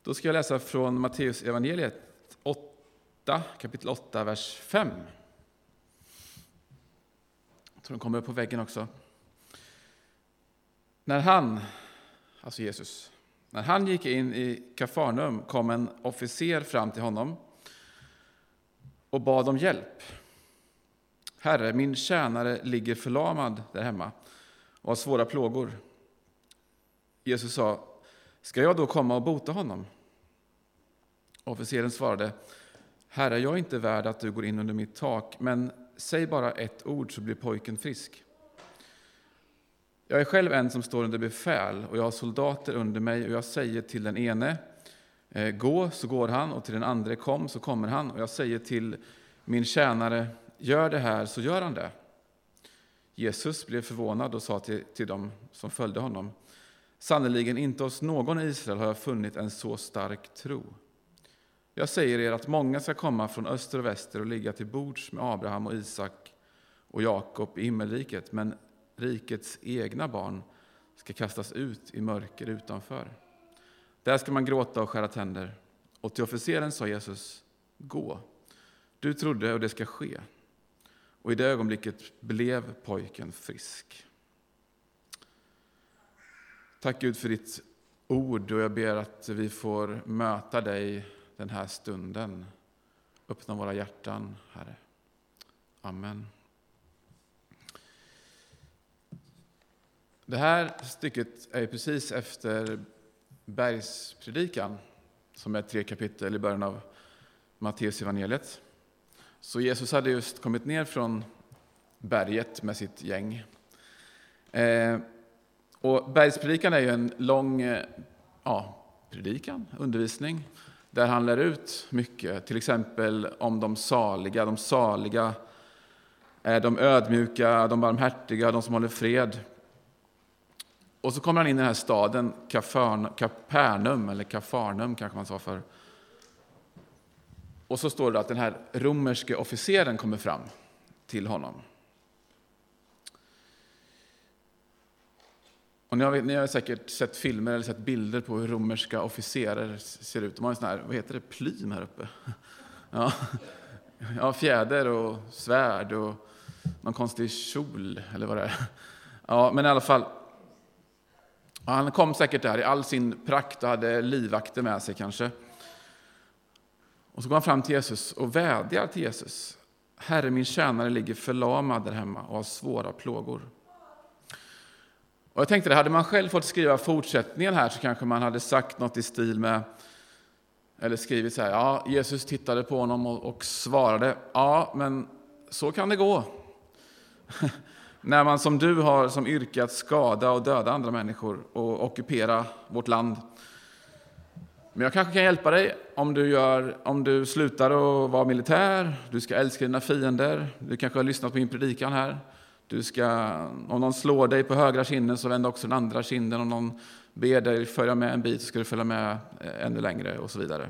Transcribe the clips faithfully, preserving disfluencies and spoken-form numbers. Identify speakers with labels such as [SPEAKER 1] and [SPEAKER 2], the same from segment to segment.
[SPEAKER 1] Då ska jag läsa från Matteus evangeliet åtta, kapitel åtta, vers fem. Jag tror den kommer upp på väggen också. När han, alltså Jesus, när han gick in i Kafarnaum kom en officer fram till honom och bad om hjälp. Herre, min tjänare ligger förlamad där hemma och har svåra plågor. Jesus sa, ska jag då komma och bota honom? Officeren svarade, Herre, jag är inte värd att du går in under mitt tak, men säg bara ett ord så blir pojken frisk. Jag är själv en som står under befäl och jag har soldater under mig och jag säger till den ene, gå så går han, och till den andra, kom så kommer han, och jag säger till min tjänare, gör det här så gör han det. Jesus blev förvånad och sa till, till dem som följde honom, sannoliken inte hos någon i Israel har jag funnit en så stark tro. Jag säger er att många ska komma från öster och väster och ligga till bords med Abraham och Isak och Jakob i himmelriket, men rikets egna barn ska kastas ut i mörker utanför. Där ska man gråta och skära tänder. Och till officeren sa Jesus, gå. Du trodde och det ska ske. Och i det ögonblicket blev pojken frisk. Tack Gud för ditt ord, och jag ber att vi får möta dig den här stunden. Öppna våra hjärtan, Herre. Amen. Det här stycket är precis efter bergspredikan, som är tre kapitel i början av Matteus evangeliet. Så Jesus hade just kommit ner från berget med sitt gäng. Eh, och bergspredikan är ju en lång ja, predikan, undervisning, där han lär ut mycket, till exempel om de saliga. De saliga är de ödmjuka, de barmhärtiga, de som håller fred. Och så kommer han in i den här staden, Kafarnaum, eller Kafarnaum kanske man sa för. Och så står det att den här romerske officeren kommer fram till honom. Och ni har, ni har säkert sett filmer eller sett bilder på hur romerska officerer ser ut. De har en sån här, vad heter det, plym här uppe. Ja, ja, fjäder och svärd och någon konstig kjol eller vad det är. Ja, men i alla fall. Han kom säkert där i all sin prakt och hade livvakter med sig kanske. Och så går han fram till Jesus och vädjar till Jesus. Herre, min tjänare ligger förlamad där hemma och har svåra plågor. Och jag tänkte, hade man själv fått skriva fortsättningen här så kanske man hade sagt något i stil med, eller skrivit så här, ja, Jesus tittade på honom och, och svarade, ja, men så kan det gå. När man som du har som yrke att skada och döda andra människor och ockupera vårt land. Men jag kanske kan hjälpa dig om du, gör, om du slutar att vara militär. Du ska älska dina fiender. Du kanske har lyssnat på min predikan här. Du ska, om någon slår dig på högra kinden så vänd också den andra kinden. Om någon ber dig följa med en bit så ska du följa med ännu längre och så vidare.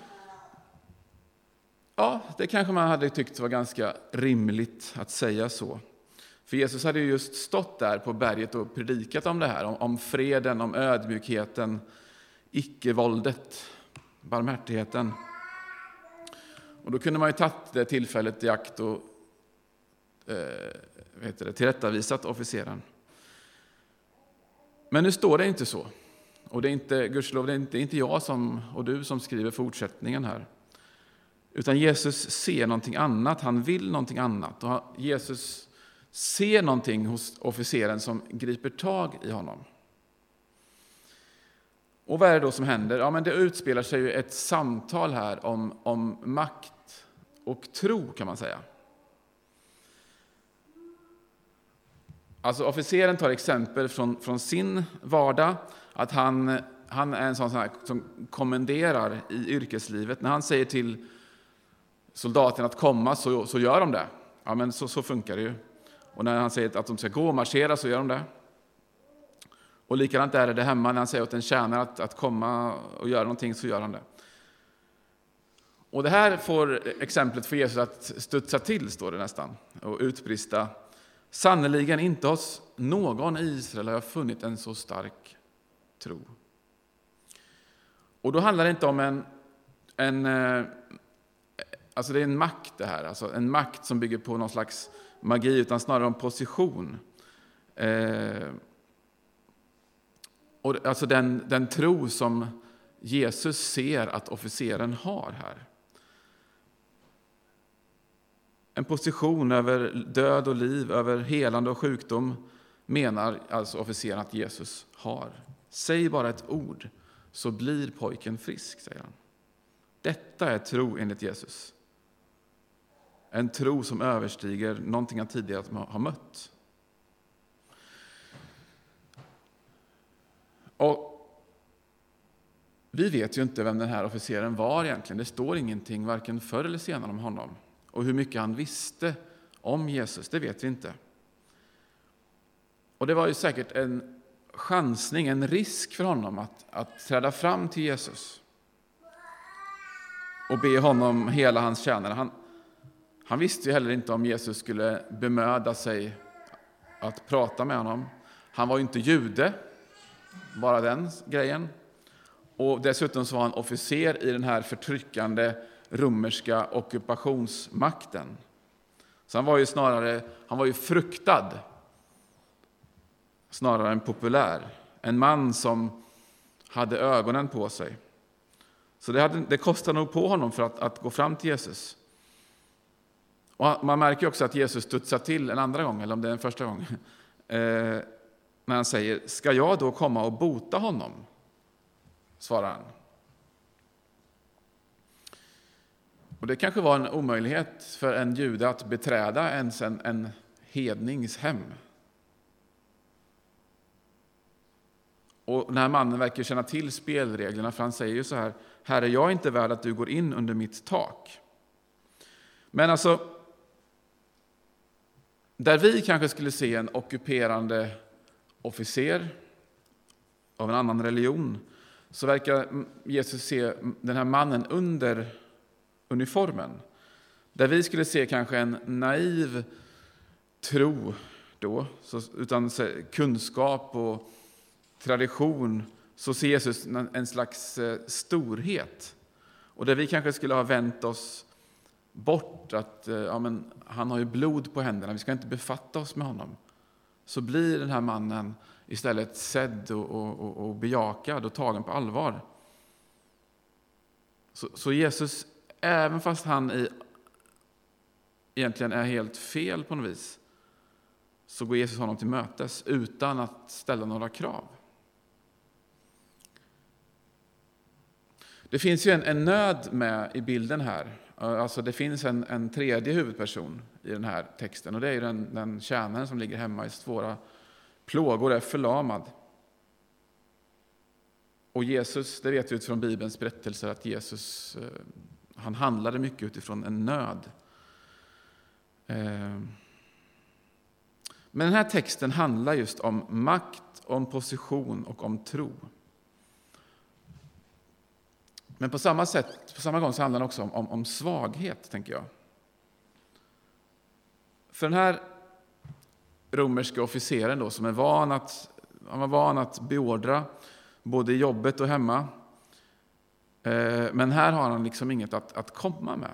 [SPEAKER 1] Ja, det kanske man hade tyckt var ganska rimligt att säga så. För Jesus hade ju just stått där på berget och predikat om det här. Om, om freden, om ödmjukheten, icke-våldet, barmhärtigheten. Och då kunde man ju tagit det tillfället i akt och eh, vad heter det, tillrättavisat officeren. Men nu står det inte så. Och det är inte, gudslov, det är inte, inte jag som, och du som skriver fortsättningen här. Utan Jesus ser någonting annat, han vill någonting annat. Och Jesus ser någonting hos officeren som griper tag i honom. Och vad är det då som händer? Ja, men det utspelar sig ju ett samtal här om, om makt och tro, kan man säga. Alltså officeren tar exempel från, från sin vardag, att han, han är en sån här som kommenderar i yrkeslivet. När han säger till soldaterna att komma så, så gör de det. Ja, men så, så funkar det ju. Och när han säger att de ska gå och marschera så gör de det. Och likadant är det hemma, när han säger åt en tjänare att, att komma och göra någonting så gör han det. Och det här får exemplet för Jesus att studsa till, står det nästan, och utbrista. Sannoliken inte hos någon i Israel har jag funnit en så stark tro. Och då handlar det inte om en, en alltså det är en makt det här, alltså en makt som bygger på någon slags magi, utan snarare om position. Eh, och alltså den, den tro som Jesus ser att officeren har här. En position över död och liv, över helande och sjukdom, menar alltså officeren att Jesus har. Säg bara ett ord så blir pojken frisk, säger han. Detta är tro enligt Jesus. En tro som överstiger någonting han tidigare har mött. Och vi vet ju inte vem den här officeren var egentligen. Det står ingenting varken förr eller senare om honom. Och hur mycket han visste om Jesus, det vet vi inte. Och det var ju säkert en chansning, en risk för honom att, att träda fram till Jesus och be honom hela hans tjänare. Han, han visste ju heller inte om Jesus skulle bemöda sig att prata med honom. Han var ju inte jude, bara den grejen. Och dessutom så var han officer i den här förtryckande romerska ockupationsmakten. Så han var ju snarare, han var ju fruktad snarare än populär. En man som hade ögonen på sig. Så det, hade, det kostade nog på honom för att, att gå fram till Jesus. Och man märker också att Jesus studsar till en andra gång, eller om det är en första gång. Eh, när han säger, ska jag då komma och bota honom? Svarar han. Och det kanske var en omöjlighet för en jude att beträda ens en, en hednings hem. Och den här mannen verkar känna till spelreglerna, för han säger ju så här: Herre, jag är inte värd att du går in under mitt tak. Men alltså, där vi kanske skulle se en ockuperande officer av en annan religion, så verkar Jesus se den här mannen under uniformen. Där vi skulle se kanske en naiv tro då, så, utan kunskap och tradition, så ser Jesus en slags storhet. Och där vi kanske skulle ha vänt oss bort, att ja, men, han har ju blod på händerna, vi ska inte befatta oss med honom. Så blir den här mannen istället sedd och, och, och bejakad och tagen på allvar. Så, så Jesus, även fast han i, egentligen är helt fel på något vis, så går Jesus honom till mötes utan att ställa några krav. Det finns ju en, en nöd med i bilden här. Alltså det finns en, en tredje huvudperson i den här texten, och det är den, den tjänaren som ligger hemma i svåra plågor, är förlamad. Och Jesus, det vet vi utifrån Bibelns berättelser, att Jesus, han handlade mycket utifrån en nöd. Men den här texten handlar just om makt, om position och om tro. Men på samma sätt, på samma gång så handlar det också om, om, om svaghet, tänker jag. För den här romerska officeren då, som är van att, han var van att beordra både i jobbet och hemma. Eh, men här har han liksom inget att, att komma med. Han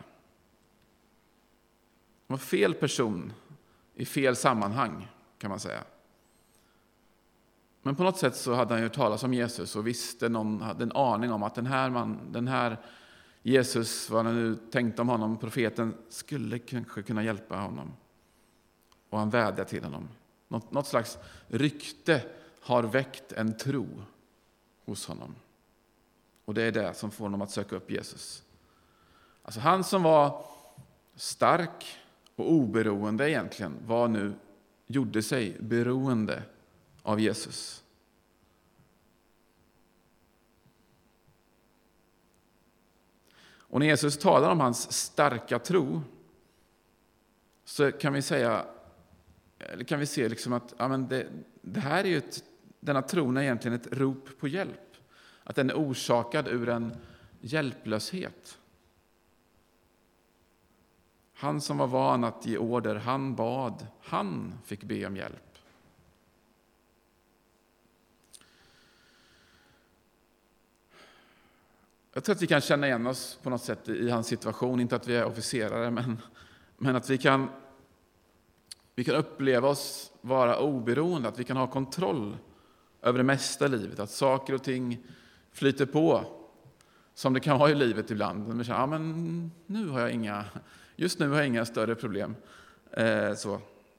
[SPEAKER 1] var fel person i fel sammanhang, kan man säga. Men på något sätt så hade han ju talat om Jesus och visste någon, hade en aning om att den här, man, den här Jesus, vad han nu tänkte om honom, profeten, skulle kanske kunna hjälpa honom. Och han vädjade till honom. Något, något slags rykte har väckt en tro hos honom. Och det är det som får honom att söka upp Jesus. Alltså han som var stark och oberoende egentligen, var nu, gjorde sig beroende av Jesus. Och när Jesus talar om hans starka tro, så kan vi säga, eller kan vi se liksom att ja, men det, det här är ju ett, denna tron är egentligen ett rop på hjälp. Att den är orsakad ur en hjälplöshet. Han som var van att ge order, han bad, han fick be om hjälp. Jag tror att vi kan känna igen oss på något sätt i hans situation. Inte att vi är officerare, men, men att vi kan, vi kan uppleva oss vara oberoende. Att vi kan ha kontroll över det mesta i livet. Att saker och ting flyter på, som det kan vara i livet ibland. Men, ja, men nu har jag inga, just nu har jag inga större problem. Eh, så.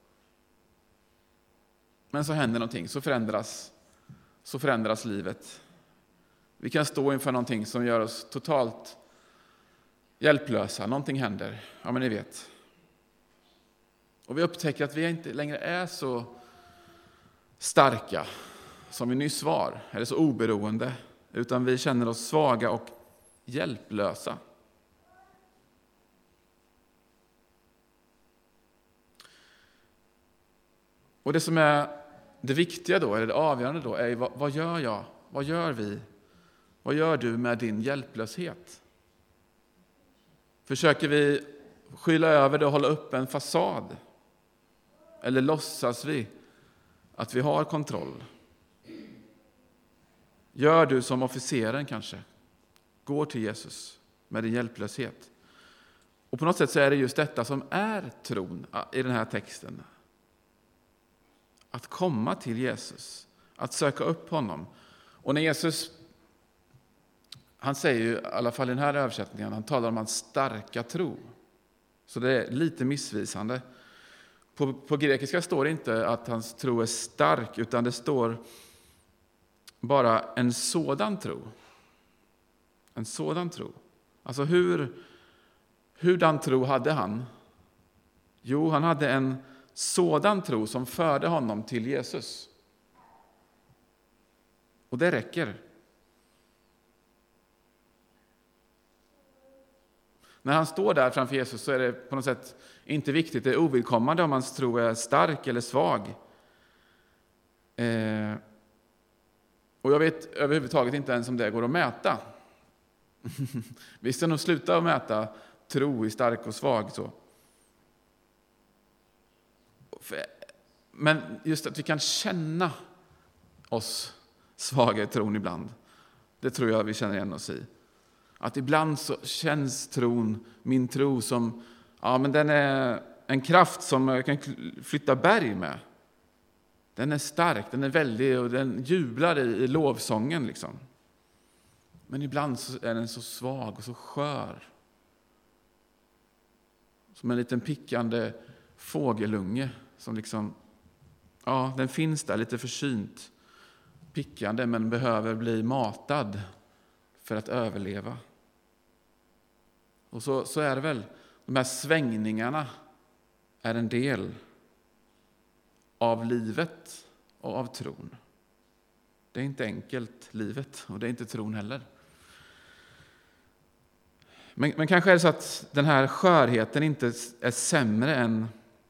[SPEAKER 1] Men så händer någonting, så förändras, så förändras livet. Vi kan stå inför någonting som gör oss totalt hjälplösa. Någonting händer, ja men ni vet. Och vi upptäcker att vi inte längre är så starka som vi nyss var, eller så oberoende, utan vi känner oss svaga och hjälplösa. Och det som är det viktiga då, eller det avgörande då, är vad, vad gör jag? Vad gör vi? Vad gör du med din hjälplöshet? Försöker vi skylla över det och hålla upp en fasad? Eller låtsas vi att vi har kontroll? Gör du som officeren kanske? Går till Jesus med din hjälplöshet. Och på något sätt så är det just detta som är tron i den här texten. Att komma till Jesus, att söka upp honom. Och när Jesus, han säger ju, i alla fall i den här översättningen, han talar om hans starka tro. Så det är lite missvisande. På, på grekiska står det inte att hans tro är stark, utan det står bara en sådan tro. En sådan tro. Alltså hur, hurdan tro hade han? Jo, han hade en sådan tro som förde honom till Jesus. Och det räcker. När han står där framför Jesus så är det på något sätt inte viktigt, det är ovidkommande om hans tro är stark eller svag. Eh, och jag vet överhuvudtaget inte ens om det går att mäta. Vi ska nog sluta att mäta tro i stark och svag. Så. Men just att vi kan känna oss svaga i tron ibland, det tror jag vi känner igen oss i. Att ibland så känns tron, min tro, som ja, men den är en kraft som jag kan flytta berg med. Den är stark, den är väldig och den jublar i, i lovsången. Liksom. Men ibland så är den så svag och så skör. Som en liten pickande fågelunge som liksom, ja, den finns där lite försynt, pickande, men behöver bli matad för att överleva. Och så, så är det väl, de här svängningarna är en del av livet och av tron. Det är inte enkelt, livet, och det är inte tron heller. Men, men kanske är det så att den här skörheten inte är sämre än,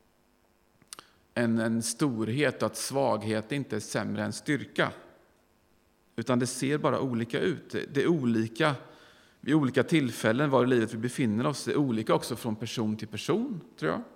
[SPEAKER 1] än en storhet, och att svaghet inte är sämre än styrka. Utan det ser bara olika ut. Det är olika vid olika tillfällen var i livet vi befinner oss. Det är olika också från person till person, tror jag.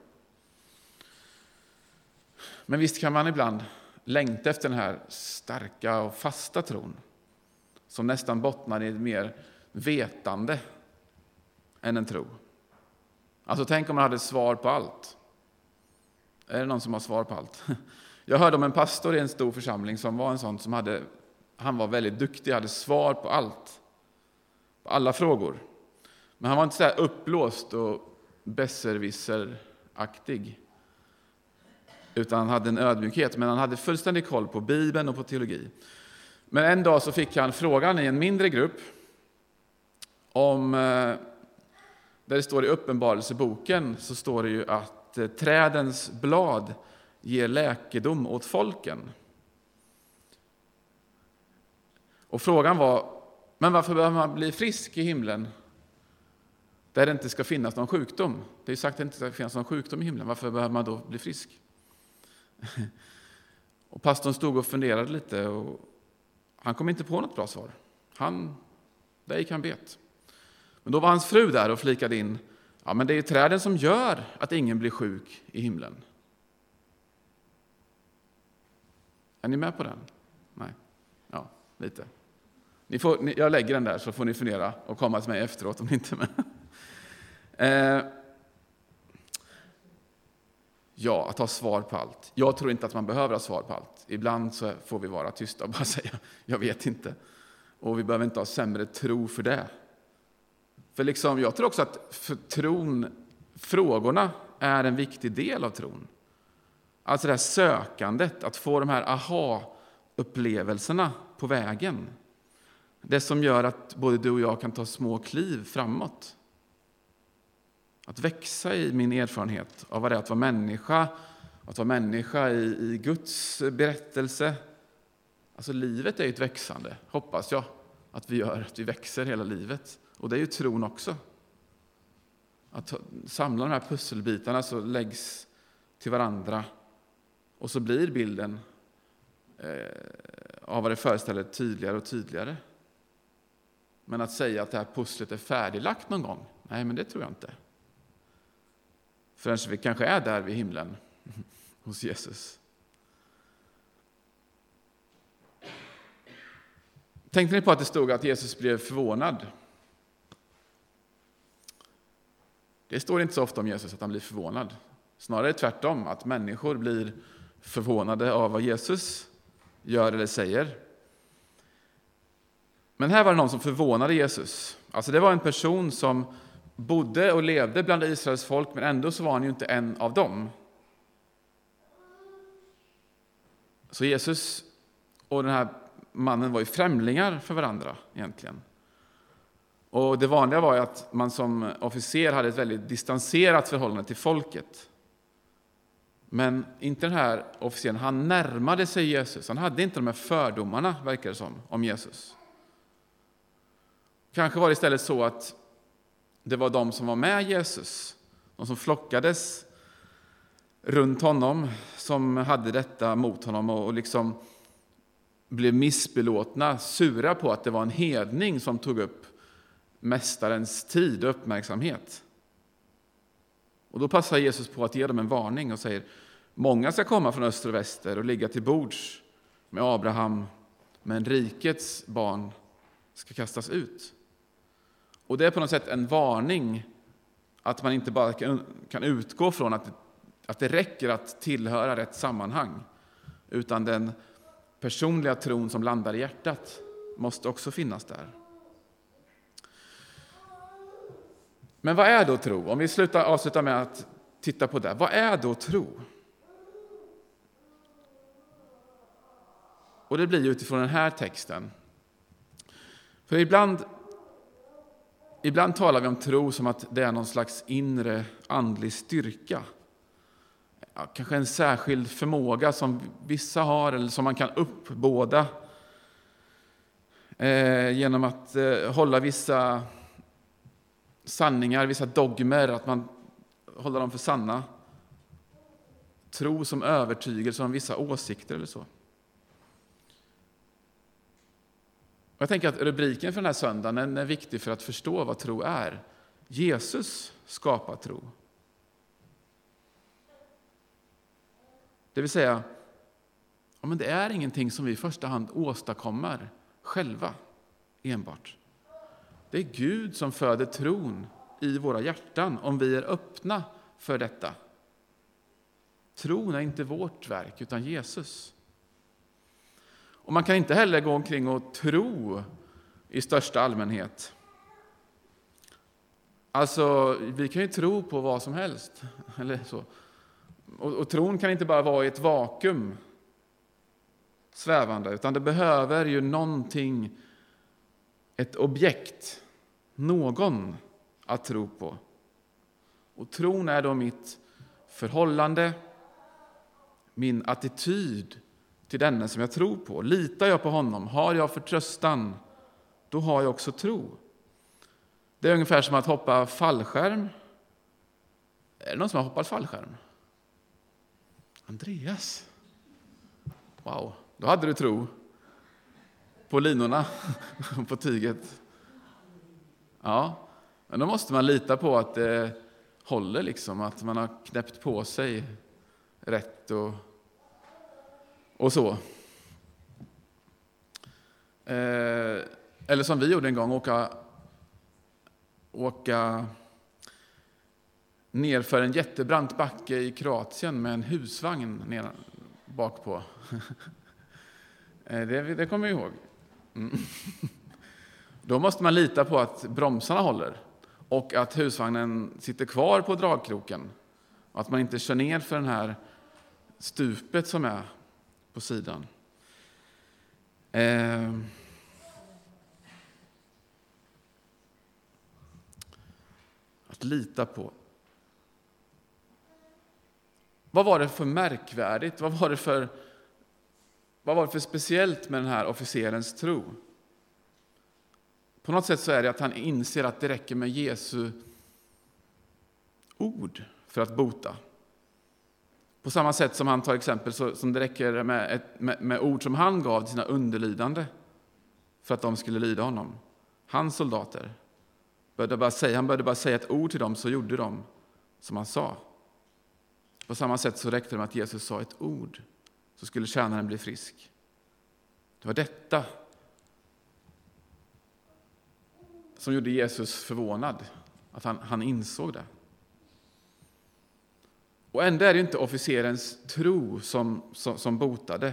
[SPEAKER 1] Men visst kan man ibland längta efter den här starka och fasta tron som nästan bottnar i mer vetande än en tro. Alltså tänk om man hade svar på allt. Är det någon som har svar på allt? Jag hörde om en pastor i en stor församling som var en sån som hade, han var väldigt duktig, hade svar på allt. På alla frågor. Men han var inte så här uppblåst och besserwisseraktig. Utan han hade en ödmjukhet, men han hade fullständig koll på Bibeln och på teologi. Men en dag så fick han frågan i en mindre grupp om, där det står i Uppenbarelseboken, så står det ju att trädens blad ger läkedom åt folken. Och frågan var, men varför behöver man bli frisk i himlen där det inte ska finnas någon sjukdom? Det är ju sagt att det inte ska finnas någon sjukdom i himlen. Varför behöver man då bli frisk? Och pastorn stod och funderade lite och han kom inte på något bra svar. Han, där gick han bet. Men då var hans fru där och flikade in, ja men det är ju träden som gör att ingen blir sjuk i himlen. Är ni med på den? Nej. Ja, lite. Ni får, ni, jag lägger den där så får ni fundera och komma till mig efteråt om ni inte är med. eh, ja, att ha svar på allt. Jag tror inte att man behöver ha svar på allt. Ibland så får vi vara tysta och bara säga, jag vet inte. Och vi behöver inte ha sämre tro för det. För liksom, jag tror också att för tron, frågorna är en viktig del av tron. Alltså det här sökandet, att få de här aha-upplevelserna på vägen. Det som gör att både du och jag kan ta små kliv framåt. Att växa i min erfarenhet av vad det är att vara människa. Att vara människa i, i Guds berättelse. Alltså livet är ju ett växande, hoppas jag. Att vi gör, att vi växer hela livet. Och det är ju tron också. Att samla de här pusselbitarna så läggs till varandra. Och så blir bilden eh, av vad det föreställer tydligare och tydligare. Men att säga att det här pusslet är färdiglagt någon gång, nej, men det tror jag inte. Förrän vi kanske är där vid himlen hos Jesus. Tänkte ni på att det stod att Jesus blev förvånad? Det står inte så ofta om Jesus att han blir förvånad. Snarare tvärtom, att människor blir förvånade av vad Jesus gör eller säger. Men här var det någon som förvånade Jesus. Alltså det var en person som bodde och levde bland Israels folk, men ändå så var han ju inte en av dem. Så Jesus och den här mannen var ju främlingar för varandra egentligen. Och det vanliga var ju att man som officer hade ett väldigt distanserat förhållande till folket. Men inte den här officeren, han närmade sig Jesus. Han hade inte de här fördomarna, verkar det som, om Jesus. Kanske var det istället så att det var de som var med Jesus, de som flockades runt honom, som hade detta mot honom och liksom blev missbelåtna, sura på att det var en hedning som tog upp mästarens tid och uppmärksamhet. Och då passar Jesus på att ge dem en varning och säger: många ska komma från öster och väster och ligga till bords med Abraham, men rikets barn ska kastas ut. Och det är på något sätt en varning att man inte bara kan utgå från att, att det räcker att tillhöra rätt sammanhang, utan den personliga tron som landar i hjärtat måste också finnas där. Men vad är då tro? Om vi slutar avsluta med att titta på det. Vad är då tro? Och det blir utifrån den här texten. För ibland, ibland talar vi om tro som att det är någon slags inre andlig styrka. Ja, kanske en särskild förmåga som vissa har eller som man kan uppbåda eh, genom att eh, hålla vissa sanningar, vissa dogmer, att man håller dem för sanna. Tro som övertygelse om vissa åsikter eller så. Jag tänker att rubriken för den här söndagen är viktig för att förstå vad tro är. Jesus skapar tro. Det vill säga, ja, men det är ingenting som vi i första hand åstadkommer själva enbart. Det är Gud som föder tron i våra hjärtan om vi är öppna för detta. Tron är inte vårt verk utan Jesus. Och man kan inte heller gå omkring och tro i största allmänhet. Alltså, vi kan ju tro på vad som helst. Eller så. Och, och tron kan inte bara vara i ett vakuum svävande, utan det behöver ju någonting, ett objekt, någon att tro på. Och tron är då mitt förhållande, min attityd till denne som jag tror på. Litar jag på honom, har jag förtröstan, då har jag också tro. Det är ungefär som att hoppa fallskärm. Är det någon som har hoppat fallskärm? Andreas. Wow, då hade du tro på linorna, på tyget. Ja, men då måste man lita på att det håller, liksom, att man har knäppt på sig rätt och, och så. Eh, Eller som vi gjorde en gång, åka, åka ner för en jättebrant backe i Kroatien med en husvagn ner, bak på. det, det kommer jag ihåg. Mm. Då måste man lita på att bromsarna håller och att husvagnen sitter kvar på dragkroken. Och att man inte kör ner för den här stupet som är på sidan. Eh. Att lita på. Vad var det för märkvärdigt? Vad var det för, vad var det för speciellt med den här officerens tro? På något sätt så är det att han inser att det räcker med Jesu ord för att bota. På samma sätt som han tar exempel så, som det räcker med, ett, med, med ord som han gav till sina underlydande för att de skulle lyda honom. Hans soldater. Började bara säga, han började bara säga ett ord till dem så gjorde de som han sa. På samma sätt så räckte det med att Jesus sa ett ord så skulle tjänaren bli frisk. Det var detta som gjorde Jesus förvånad, att han, han insåg det. Och ändå är det inte officerens tro som, som, som botade.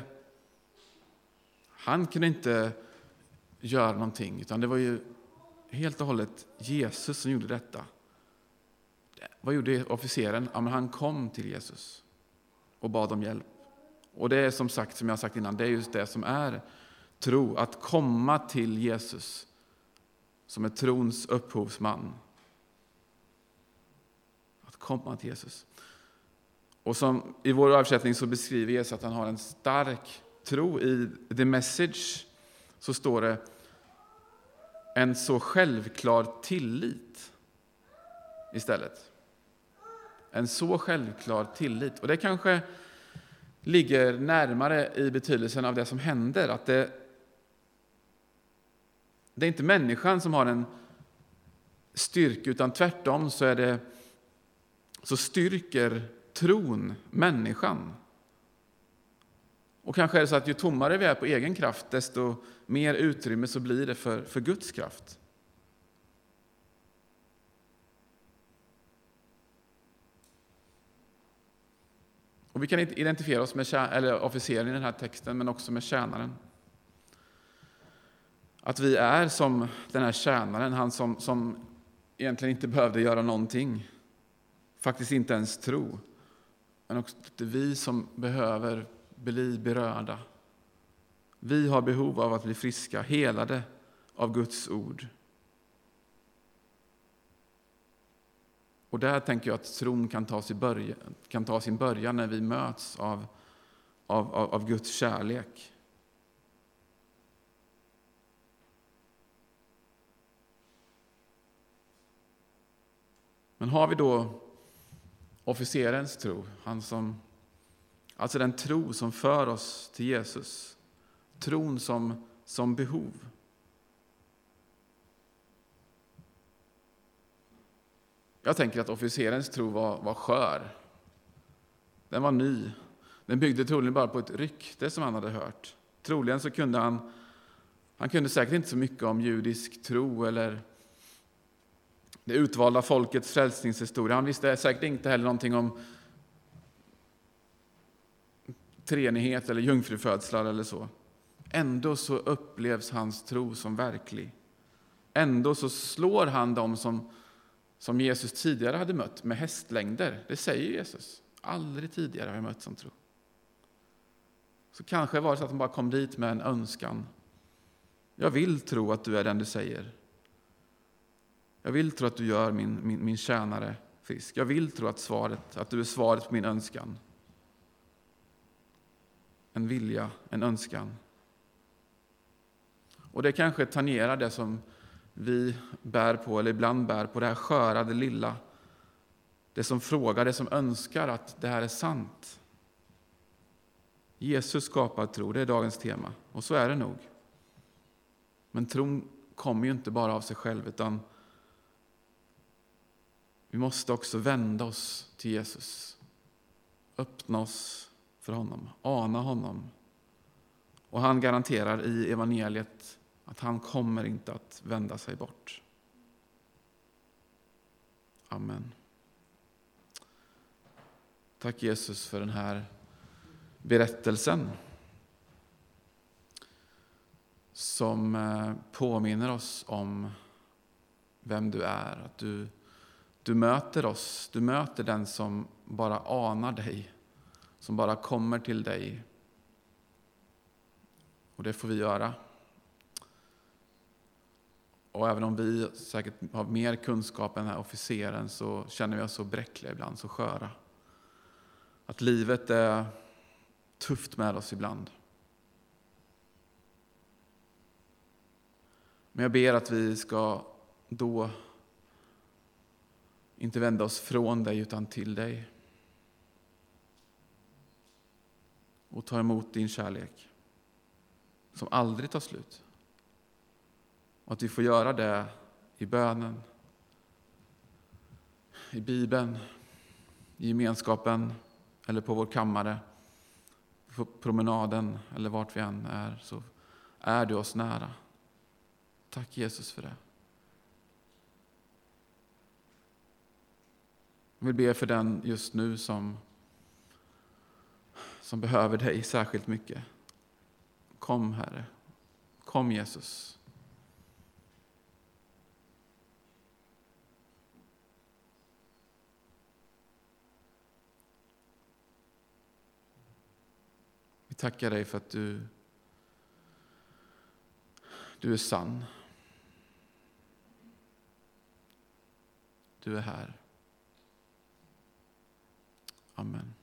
[SPEAKER 1] Han kunde inte göra någonting, utan det var ju helt och hållet Jesus som gjorde detta. Vad gjorde officeren? Ja, men han kom till Jesus och bad om hjälp. Och det är som sagt, som jag har sagt innan, det är just det som är tro. Att komma till Jesus som är trons upphovsman. Att komma till Jesus. Och som i vår översättning så beskriver Jesus att han har en stark tro. I The Message så står det en så självklar tillit istället. En så självklar tillit. Och det kanske ligger närmare i betydelsen av det som händer. Att det, det är inte människan som har en styrka, utan tvärtom så är det så styrker tron människan. Och kanske är det så att ju tommare vi är på egen kraft, desto mer utrymme så blir det för, för Guds kraft. Och vi kan identifiera oss med tjän- eller officeren i den här texten, men också med tjänaren. Att vi är som den här tjänaren, han som, som egentligen inte behövde göra någonting. Faktiskt inte ens tro. Men också det är vi som behöver bli berörda. Vi har behov av att bli friska, helade av Guds ord. Och där tänker jag att tron kan ta sin början, kan ta sin början när vi möts av, av, av, av Guds kärlek. Men har vi då officerens tro, han som, alltså den tro som för oss till Jesus, tron som, som behov. Jag tänker att officerens tro var, var skör. Den var ny. Den byggde troligen bara på ett rykte som han hade hört. Troligen så kunde han, han kunde säkert inte så mycket om judisk tro eller det utvalda folkets frälsningshistoria. Han visste säkert inte heller någonting om treenighet eller jungfrufödslar eller så. Ändå så upplevs hans tro som verklig. Ändå så slår han dem som, som Jesus tidigare hade mött med hästlängder. Det säger Jesus. Aldrig tidigare har jag mött som tro. Så kanske var det så att han bara kom dit med en önskan. Jag vill tro att du är den du säger. Jag vill tro att du gör min, min, min tjänare frisk. Jag vill tro att, svaret, att du är svaret på min önskan. En vilja, en önskan. Och det kanske tangerar det som vi bär på, eller ibland bär på, det här sköra, det lilla. Det som frågar, det som önskar att det här är sant. Jesus skapar tro, det är dagens tema. Och så är det nog. Men tron kommer ju inte bara av sig själv, utan vi måste också vända oss till Jesus. Öppna oss för honom, ana honom. Och han garanterar i evangeliet Att han kommer inte att vända sig bort. Amen. Tack Jesus för den här berättelsen som påminner oss om vem du är. Att du, du möter oss, du möter den som bara anar dig, som bara kommer till dig. Och det får vi göra. Och även om vi säkert har mer kunskap än den här officeren, så känner vi oss så bräckliga ibland, så sköra. Att livet är tufft med oss ibland. Men jag ber att vi ska då inte vända oss från dig utan till dig. Och ta emot din kärlek som aldrig tar slut. Och att vi får göra det i bönen, i Bibeln, i gemenskapen eller på vår kammare, på promenaden eller vart vi än är, så är du oss nära. Tack Jesus för det. Jag vill be för den just nu som, som behöver dig särskilt mycket. Kom Herre, kom Jesus. Vi tackar dig för att du, du är sann. Du är här. Amen.